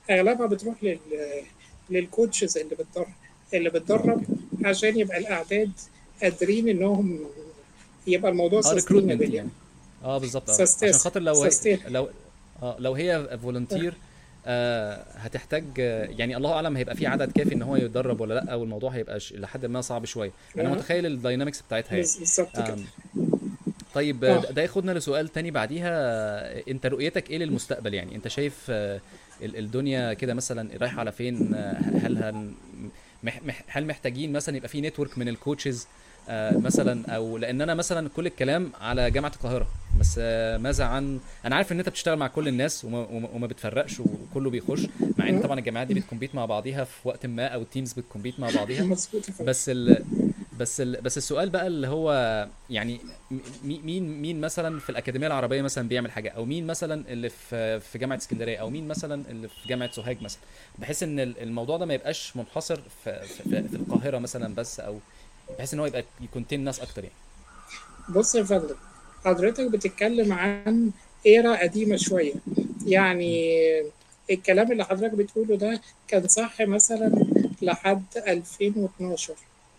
اغلبها بتروح لل للكوتشز اللي بتدرب اللي
اه
بتدرب
اوكي.
عشان يبقى الاعداد قادرين انهم يبقى الموضوع
اه ريكروتمنت
سستينبل يعني.
يعني. اه بالظبط، اه عشان
سستس
خاطر لو هي
سستين
لو اه لو هي فولunteer آه هتحتاج آه، يعني الله اعلم هيبقى في عدد كافي ان هو يتدرب ولا لا، والموضوع هيبقى ش- لحد ما صعب شويه. انا متخيل الداينامكس بتاعتها يعني.
بالظبط كده.
آم، طيب آه،
اه
ده ده ياخدنا لسؤال تاني بعديها. آه، انت رؤيتك ايه للمستقبل؟ يعني انت شايف آه، ال- الدنيا كده مثلا رايحه على فين؟ آه، هل هن مح مح هل محتاجين مثلا يبقى في نتورك من الكوتشز آه، مثلا؟ او لان انا مثلا كل الكلام على جامعه القاهره، بس آه، ماذا عن، انا عارف ان انت بتشتغل مع كل الناس وما, وما وما بتفرقش وكله بيخش، مع ان طبعا الجامعات دي بتكمبيت مع بعضيها في وقت ما، او التيمز بتكمبيت مع بعضيها.
مظبوط يا فندم.
بس ال بس ال بس السؤال بقى اللي هو يعني م- مين مين مثلا في الاكاديميه العربيه مثلا بيعمل حاجه، او مين مثلا اللي في في جامعه اسكندريه، او مين مثلا اللي في جامعه سوهاج مثلا، بحيث ان ال- الموضوع ده ما يبقاش منحصر في في, في في القاهره مثلا بس، او بحيث ان هو يبقى يكونتين ناس اكتر يعني.
بص يا فندم، حضرتك بتتكلم عن ايرا قديمه شويه
م-
يعني. الكلام اللي حضرتك بتقوله ده كان صح مثلا لحد ألفين واتناشر.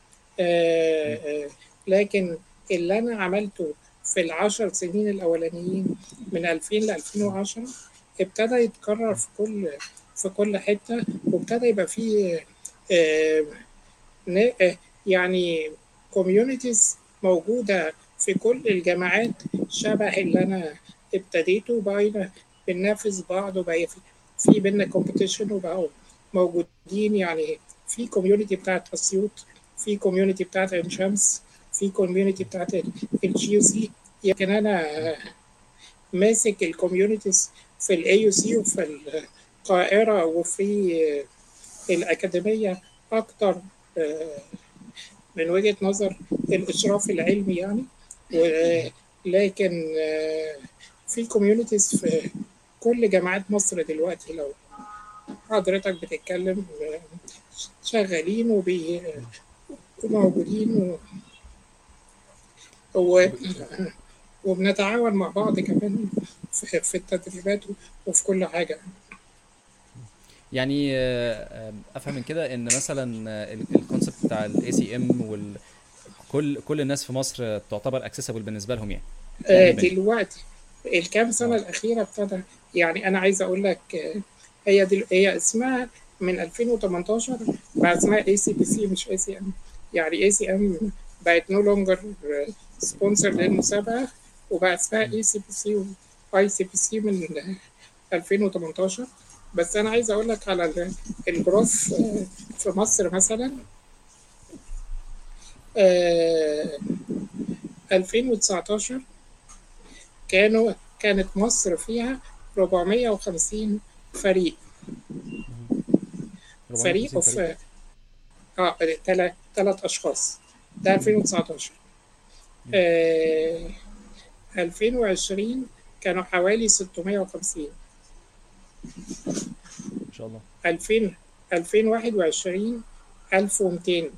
آه،
م-
آه، لكن اللي انا عملته في العشر سنين الاولانيين من ألفين ل
م-
ألفين وعشرة ابتدى يتكرر في كل في كل حته، وابتدى يبقى فيه آه، ن- آه، يعني كوميونيتيز موجوده في كل الجامعات شبه اللي انا ابتديته. بقينا بننافس بعض، وبقى في في بينا كومبيتيشن، وبقوا موجودين يعني. في كوميونتي بتاعت اسيوط، في كوميونتي بتاعت عين شمس، في كوميونتي بتاعت الجي يو سي. يمكن انا
م-
ماسك الكوميونيتيز في الاي يو سي وفي القاهره وفي الاكاديميه اكتر، آه، من وجهه نظر الاشراف العلمي يعني. ولكن آه، في كوميونيتيز في كل جامعات مصر دلوقتي. لو حضرتك بتتكلم آه، شغالين وبي-
م.
وموجودين و-
وب-
وبنتعاون مع بعض كمان في في التدريبات وفي كل حاجة.
يعني آه، آه، افهم من كده ان مثلا الكونسبت بتاع الاي سي ام وكل كل الناس في مصر آه، تعتبر اكسسبل بالنسبه لهم يعني،
آه،
تقريبا يعني.
دلوقتي الكام سنة
اه
الأخيرة ابتدى يعني. أنا عايز أقول لك آه، هي دل... هي اسمها من ألفين وتمنتاشر بقى اسمها اي سي بي سي مش اي سي ام. يعني اي سي ام بقت نو لونجر سبونسر
اه
للمسابقة، وبقى اسمها
م-
اي سي بي سي واي سي بي سي من ألفين وتمنتاشر. بس أنا عايز أقول لك على ال- الجروث آه، في مصر مثلا. آه، ألفين وتسعتاشر كانوا كانت مصر فيها أربعمية وخمسين فريق.
م-
فريق
أربعمية وخمسين
اوف
فريق.
اه ثلاث ثلاث اشخاص. ده
م-
ألفين وتسعتاشر.
م.
آه ألفين وعشرين كانوا حوالي ستمية وخمسين.
ما شاء الله.
ألفين ألفين وواحد وعشرين ألف ومئتين.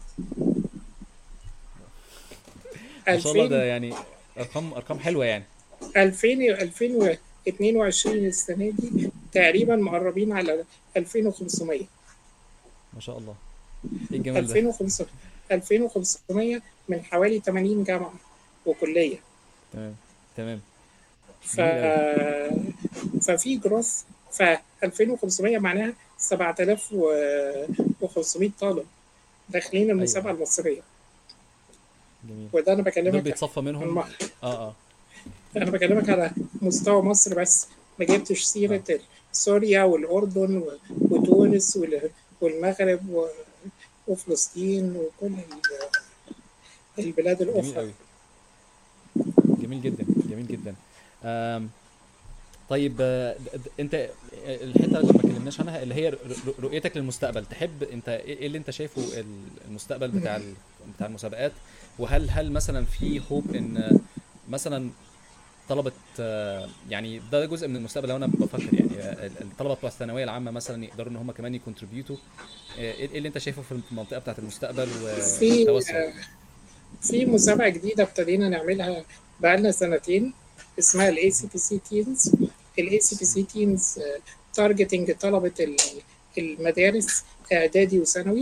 ما شاء الله،
ألفين
ده يعني ارقام ارقام حلوه يعني.
ألفين ألفين واتنين وعشرين السنة دي تقريبا مقربين على ألفين وخمسمية.
ما شاء الله، ايه الجمال ده!
ألفين وخمسمية ألفين وخمسمية من حوالي ثمانين جامعة وكلية.
تمام تمام.
ف...
جميل قوي.
ففي جروث. ف ألفين وخمسمية معناها سبعة آلاف وخمسمية طالب داخلين
ايوه
المسابقة
ايوه.
المصرية.
جميل.
وده أنا
دول
بكلمك
بيتصفى
عن
منهم.
مصر.
اه اه
أنا بكلمك على مستوى مصر بس، ما جبتش سيرة
اه.
سوريا والأردن و- وتونس وال- والمغرب و- وفلسطين وكل ال- البلاد
جميل
الأخرى.
قوي. جميل جدا جميل جدا. آم. طيب آه، د- د- انت آه، الحته اللي ما اتكلمناش عنها اللي هي ر- ر- رؤيتك للمستقبل، تحب انت ايه إيه اللي انت شايفه ال- المستقبل بتاع ال- بتاع المسابقات؟ وهل هل مثلا في هوب ان مثلا طلبه آه، يعني ده جزء من المستقبل لو انا بفكر يعني آه، ال- الطلبه بتوع الثانويه العامه مثلا يقدروا ان هم كمان يكونتريبيوتوا؟ ايه إيه اللي انت شايفه في المنطقه بتاعت المستقبل و-
في
والتوسع؟
في مسابقة جديدة ابتدينا نعملها بقالنا سنتين، اسمها الاي سي بي سي تيمز. الاي سي بي سي تيمز تارجتنج طلبة ال- المدارس إعدادي وثانوي.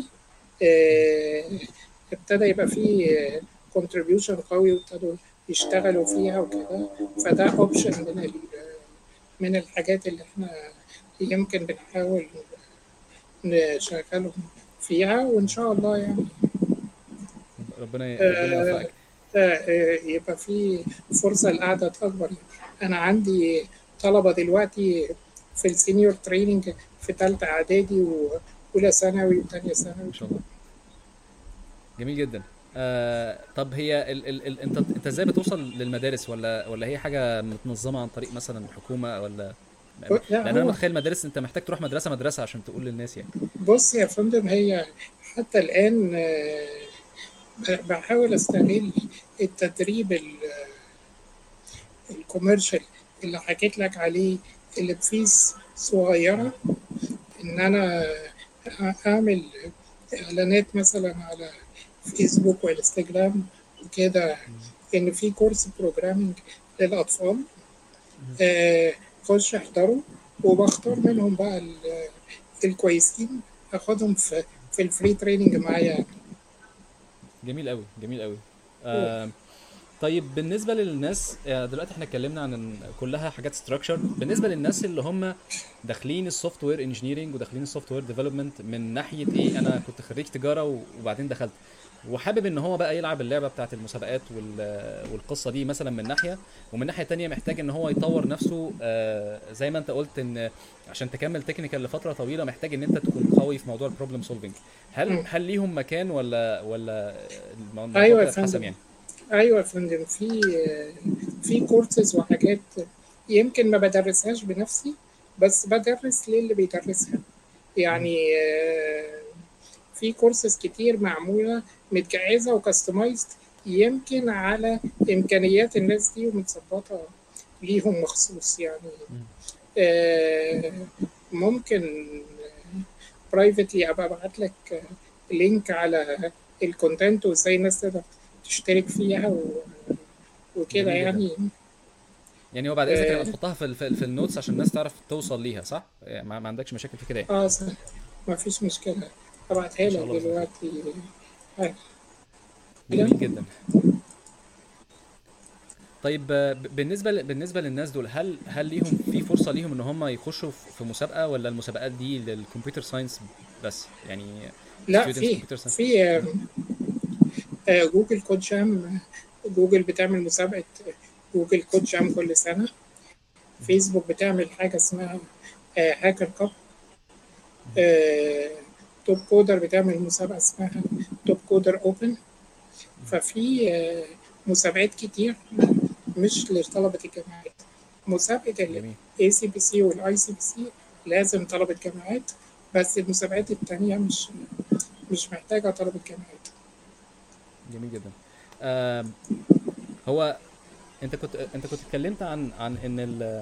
آه، ابتدى يبقى فيه كونتريبيوشن قوي وابتدوا يشتغلوا فيها وكده. فده اوبشن من ال- من الحاجات اللي احنا يمكن بنحاول نشغلهم فيها، وان شاء الله يعني
رب- ربنا ربنا
آه،
يوفقك.
آه، يبقى في فرصة لأعداد أكبر. أنا عندي طلبة دلوقتي في السينيور تريننج في تالتة إعدادي وأولى ثانوي وتانية ثانوي.
ما شاء الله، جميل جدا. آه طب هي ال ال ال انت انت ازاي بتوصل للمدارس، ولا ولا هي حاجه متنظمه عن طريق مثلا الحكومه، ولا م-
لا
لان انا
هو
متخيل مدارس انت محتاج تروح مدرسه مدرسه عشان تقول للناس يعني.
بص يا فندم، هي حتى الآن آه، بحاول أستغل التدريب ال- الكوميرشال اللي حكيت لك عليه، اللي بفيس
مم.
صغيرة، إن أنا أعمل إعلانات مثلا على فيسبوك وانستجرام وكده،
مم.
إن في كورس بروجرامينج للأطفال.
مم.
آه، خش احضره، وبختار منهم بقى ال- الكويسين، اخدهم في في الفري تريننج معايا.
جميل قوي، جميل قوي. آه طيب بالنسبه للناس، آه، دلوقتي احنا اتكلمنا عن إن كلها حاجات ستراكشرد. بالنسبه للناس اللي هم داخلين السوفت وير انجينيرنج وداخلين السوفت وير ديفلوبمنت من ناحيه ايه، انا كنت خريج تجاره و- وبعدين دخلت وحابب ان هو بقى يلعب اللعبه بتاعه المسابقات وال- والقصه دي مثلا من ناحيه، ومن ناحيه تانية محتاج ان هو يطور نفسه. آه، زي ما انت قلت ان عشان تكمل تكنيكال لفتره طويله محتاج ان انت تكون قوي في موضوع البروبلم سولفنج. هل
مم.
هل ليهم مكان، ولا ولا الموضوع
ايوه يا
كده اتحسم
فندم،
يعني؟
ايوه يا فندم، في في كورسز وحاجات يمكن ما بدرسهاش بنفسي، بس بدرس للي بيدرسها.
مم.
يعني آه، في كورسز كتير معموله متجهزه وكاستمايزد يمكن على امكانيات الناس دي ومتظبطه ليهم مخصوص يعني.
مم.
آه، ممكن برايفتلي ابقى ابعت لك لينك على الكونتنت وازاي الناس تقدر تشترك فيها و- وكده
جميل جدا.
يعني.
يعني هو بعد اذنك
اه
هنبقى تحطها في ال- في, ال- في النوتس عشان الناس تعرف توصل ليها، صح؟ يعني ما, ما عندكش مشاكل في كده يعني؟
آه، صح، ما فيش مشكلة، ابعتها
ان
لك
شاء الله باذن الله.
دلوقتي حالا.
جميل جدا. طيب آه، ب- بالنسبه ل... بالنسبه للناس دول، هل هل ليهم في فرصه ليهم ان هم يخشوا في في مسابقه، ولا المسابقات دي للكمبيوتر ساينس بس يعني؟
لا،
students
في
كمبيوتر ساينس.
في آه، آه، جوجل كود جام. جوجل بتعمل مسابقة جوجل كود جام كل سنة. فيسبوك بتعمل حاجة اسمها هاكر كاب. توب كودر بتعمل مسابقة اسمها توب كودر اوبن. ففي آه، مسابقات كتير مش لطلبة الجامعات. مسابقة ال
جميل،
إيه سي بي سي وال آي سي بي سي لازم طلبة جامعات، بس المسابقات التانية مش مش محتاجة طلبة جامعات.
جميل جدا. آم، هو انت كنت انت كنت اتكلمت عن عن ان ال...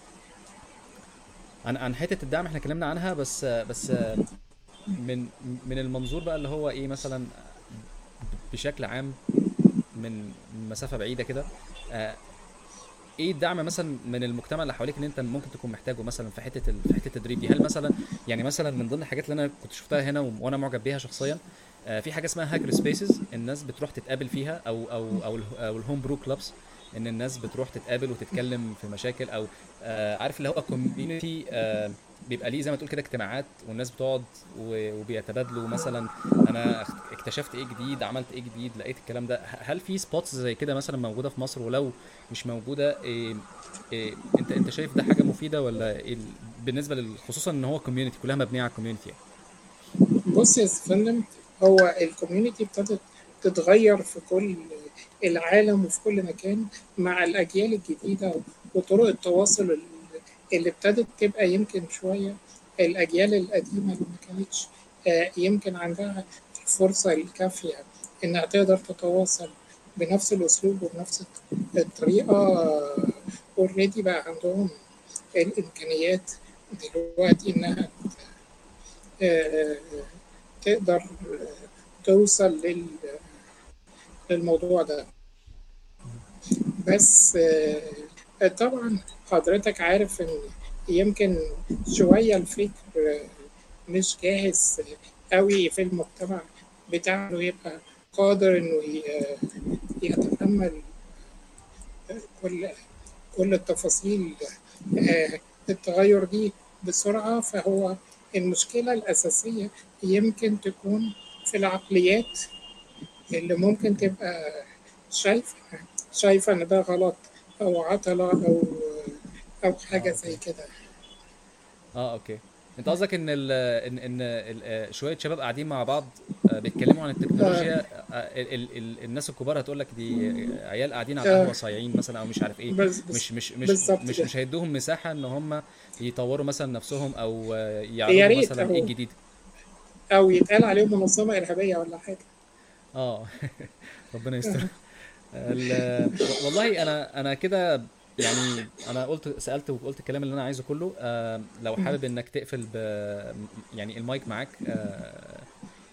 عن عن حته الدعم احنا اتكلمنا عنها، بس بس من من المنظور بقى اللي هو ايه مثلا، بشكل عام، من مسافه بعيده كده. آه، ايه الدعم مثلا من المجتمع اللي حواليك اللي انت ممكن تكون محتاجه مثلا في حته ال... في حته التدريب دي؟ هل مثلا يعني مثلا من ضمن الحاجات اللي انا كنت شفتها هنا و... وانا معجب بيها شخصيا، آه، في حاجه اسمها هاكر سبيسز، الناس بتروح تتقابل فيها، او او او, ال... أو الهوم برو كلابس، ان الناس بتروح تتقابل وتتكلم في مشاكل، او آه، عارف اللي هو كوميونتي، بيبقى ليه زي ما تقول كده اجتماعات، والناس بتقعد و- وبيتبادلوا مثلا، انا اخت- اكتشفت ايه جديد، عملت ايه جديد، لقيت الكلام ده. ه- هل في سبوتس زي كده مثلا موجوده في مصر؟ ولو مش موجوده، إيه إيه انت انت شايف ده حاجه مفيده ولا إيه ال- بالنسبه لل- خصوصا ان هو كوميونتي كلها مبنيه على الكوميونتي يعني؟
بص يا فندم، هو الكوميونتي ابتدت تتغير في كل العالم وفي كل مكان مع الأجيال الجديدة وطرق التواصل اللي ابتدت تبقى يمكن شوية. الأجيال القديمة اللي ما كانتش آه، يمكن عندها الفرصة الكافية إنها تقدر تتواصل بنفس الأسلوب وبنفس الطريقة. اوريدي بقى عندهم الإمكانيات دلوقتي إنها آه، تقدر توصل لل- للموضوع ده. بس آه، طبعا حضرتك عارف ان يمكن شوية الفكر مش جاهز قوي في المجتمع بتاعه يبقى قادر إنه ي- يتحمل كل كل التفاصيل آه، التغير دي بسرعة. فهو المشكلة الأساسية يمكن تكون في العقليات اللي ممكن تبقى شايفة شايفة إن ده غلط أو عطلة أو أو
اه
حاجة زي
اوكي.
كده.
اه اوكي. انت قصدك ان ال ان ان ال- آه، شويه شباب قاعدين مع بعض، آه، بيتكلموا عن
آه
التكنولوجيا، آه، ال ال ال الناس الكبار هتقول لك دي عيال قاعدين على
آه
القهوه صايعين مثلا او مش عارف ايه.
بس بس
مش مش مش
بالظبط
مش
كده.
مش هيدوهم مساحه ان هم يطوروا مثلا نفسهم او آه،
يا
يعرضوا
ريت،
مثلا ايه
أو
الجديد.
أو يتقال عليهم منظمة إرهابية ولا حاجة.
اه ربنا يستر. ال- و- والله انا انا كده يعني، انا قلت سالت وقلت الكلام اللي انا عايزه كله. آه، لو حابب انك تقفل ب يعني المايك معاك. آه،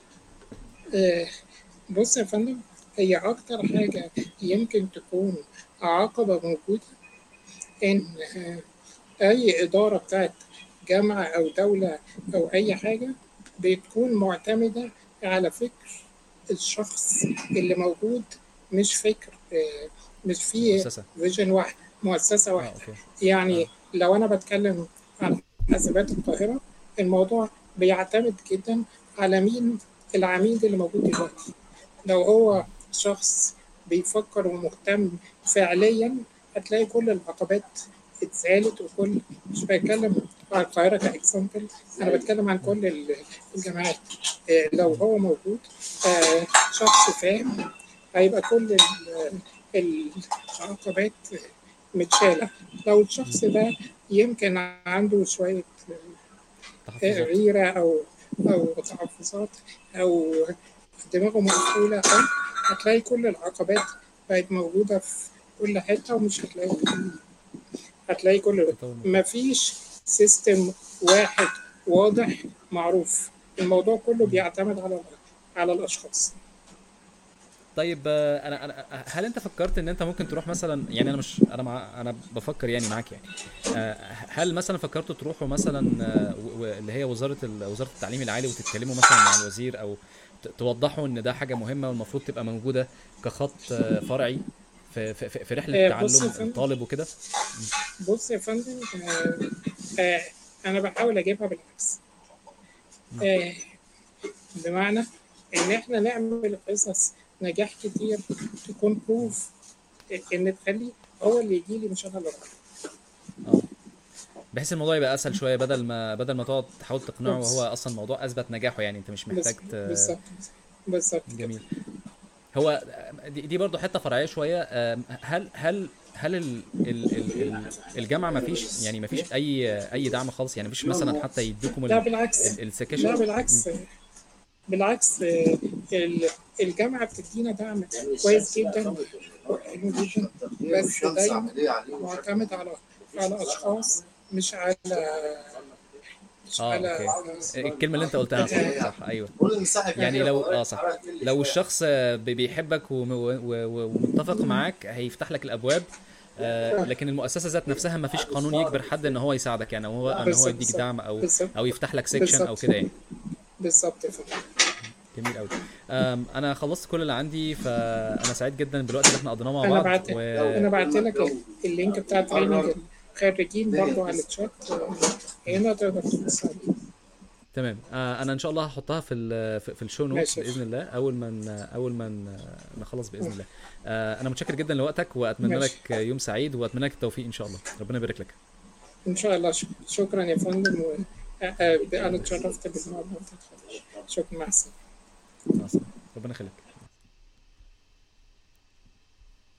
آه، بص يا فندم، هي أكتر حاجة يمكن تكون عقبة موجودة إن آه، أي إدارة بتاعت جامعة أو دولة أو أي حاجة بتكون معتمدة على فكر الشخص اللي موجود، مش فكر آه، مش فيه
مؤسسه.
فيجن واحد، مؤسسة
اه
واحدة.
اوكي.
يعني
اه
لو أنا بتكلم عن حاسبات القاهرة، الموضوع بيعتمد جدا على مين العميد اللي موجود دلوقتي. لو هو شخص بيفكر ومهتم فعليا، هتلاقي كل العقبات اتزالت. وكل، مش بتكلم عن القاهرة كإكزامبل، أنا بتكلم عن كل ال- الجامعات. آه، لو هو موجود آه، شخص فاهم، هيبقى كل ال- العقبات متشالة. لو الشخص ده يمكن عنده شوية
تحفظات.
غيرة أو أو تحفظات أو دماغه مقفولة، أو هتلاقي كل العقبات بقت موجودة في كل حتة، ومش هتلاقي هتلاقي كل
تطور مستمر.
مفيش سيستم واحد واضح معروف. الموضوع كله
مم.
بيعتمد على على الأشخاص.
طيب، آه، انا انا هل انت فكرت ان انت ممكن تروح مثلا، يعني انا مش انا مع انا بفكر يعني معاك يعني. آه، هل مثلا فكرتوا تروحوا مثلا، آه، و- و- اللي هي وزاره ال- وزاره التعليم العالي، وتتكلموا مثلا مع الوزير، او ت- توضحوا ان ده حاجه مهمه والمفروض تبقى موجوده كخط آه، فرعي في في في في رحله
آه، بص يا
تعلم
فندم
الطالب وكده. مم.
بص يا فندم آه، آه، أنا بحاول أجيبها بالعكس.
مم.
آه، بمعنى إن إحنا نعمل قصص نجاح كتير تكون بروف، إن تخلي هو اللي يجي لي مش أنا اللي أروح.
اه، بحيث الموضوع يبقى اسهل شويه، بدل ما بدل ما تقعد تحاول تقنعه وهو
بس
اصلا الموضوع اثبت نجاحه، يعني انت مش محتاج
بس
ت...
بالظبط بالظبط كده.
جميل. هو دي, دي برضو حته فرعيه شويه. آم، هل هل هل ال ال ال ال الجامعه ما فيش، يعني ما فيش اي اي دعم خالص، يعني ما فيش مثلا حتى يدوكم
لا
ال
بالعكس،
ال السكاشن.
لا
مم.
بالعكس بالعكس آه، ال- الجامعة بتدينا دعم كويس جدا وحلو جدا، بس دايما معتمد على على أشخاص، مش على مش
اه
على
اوكي. الكلمه اللي انت قلتها صح
آه،
صح، ايوه. يعني لو اه صح، لو الشخص آه، بي- بيحبك وم- و- و- ومتفق معاك هيفتح لك الابواب. آه،
آه،
لكن المؤسسه ذات نفسها ما فيش قانون يجبر حد ان هو يساعدك، يعني، او هو ان هو
بالظبط
يديك
بالظبط
دعم، او
بالظبط
او يفتح لك سيكشن او
بالظبط
كده يعني.
بالظبط يا فندم.
جميل قوي. أم، انا خلصت كل اللي عندي، فانا سعيد جدا بالوقت اللي احنا قضيناه مع
انا
بعض
بعت
و
انا بعت لك اللينك بتاع تريننج الخريجين برضو على الشات،
مم.
هنا تقدر تبص عليه.
تمام. آه، انا ان شاء الله هحطها في ال في في الشو نوتس
ماشي.
باذن الله، اول ما ن- اول ما ن- نخلص باذن الله. آه، انا متشكر جدا لوقتك، واتمنى
ماشي
لك يوم سعيد، واتمنى لك التوفيق ان شاء الله. ربنا يبارك لك.
ان شاء الله. شك- شكرا يا فندم، و آه، آه، انا
الله يخليك.
اتشرفت بالمعلومات. شكرا، مع السلامه.
مع السلامه. ربنا يخليك.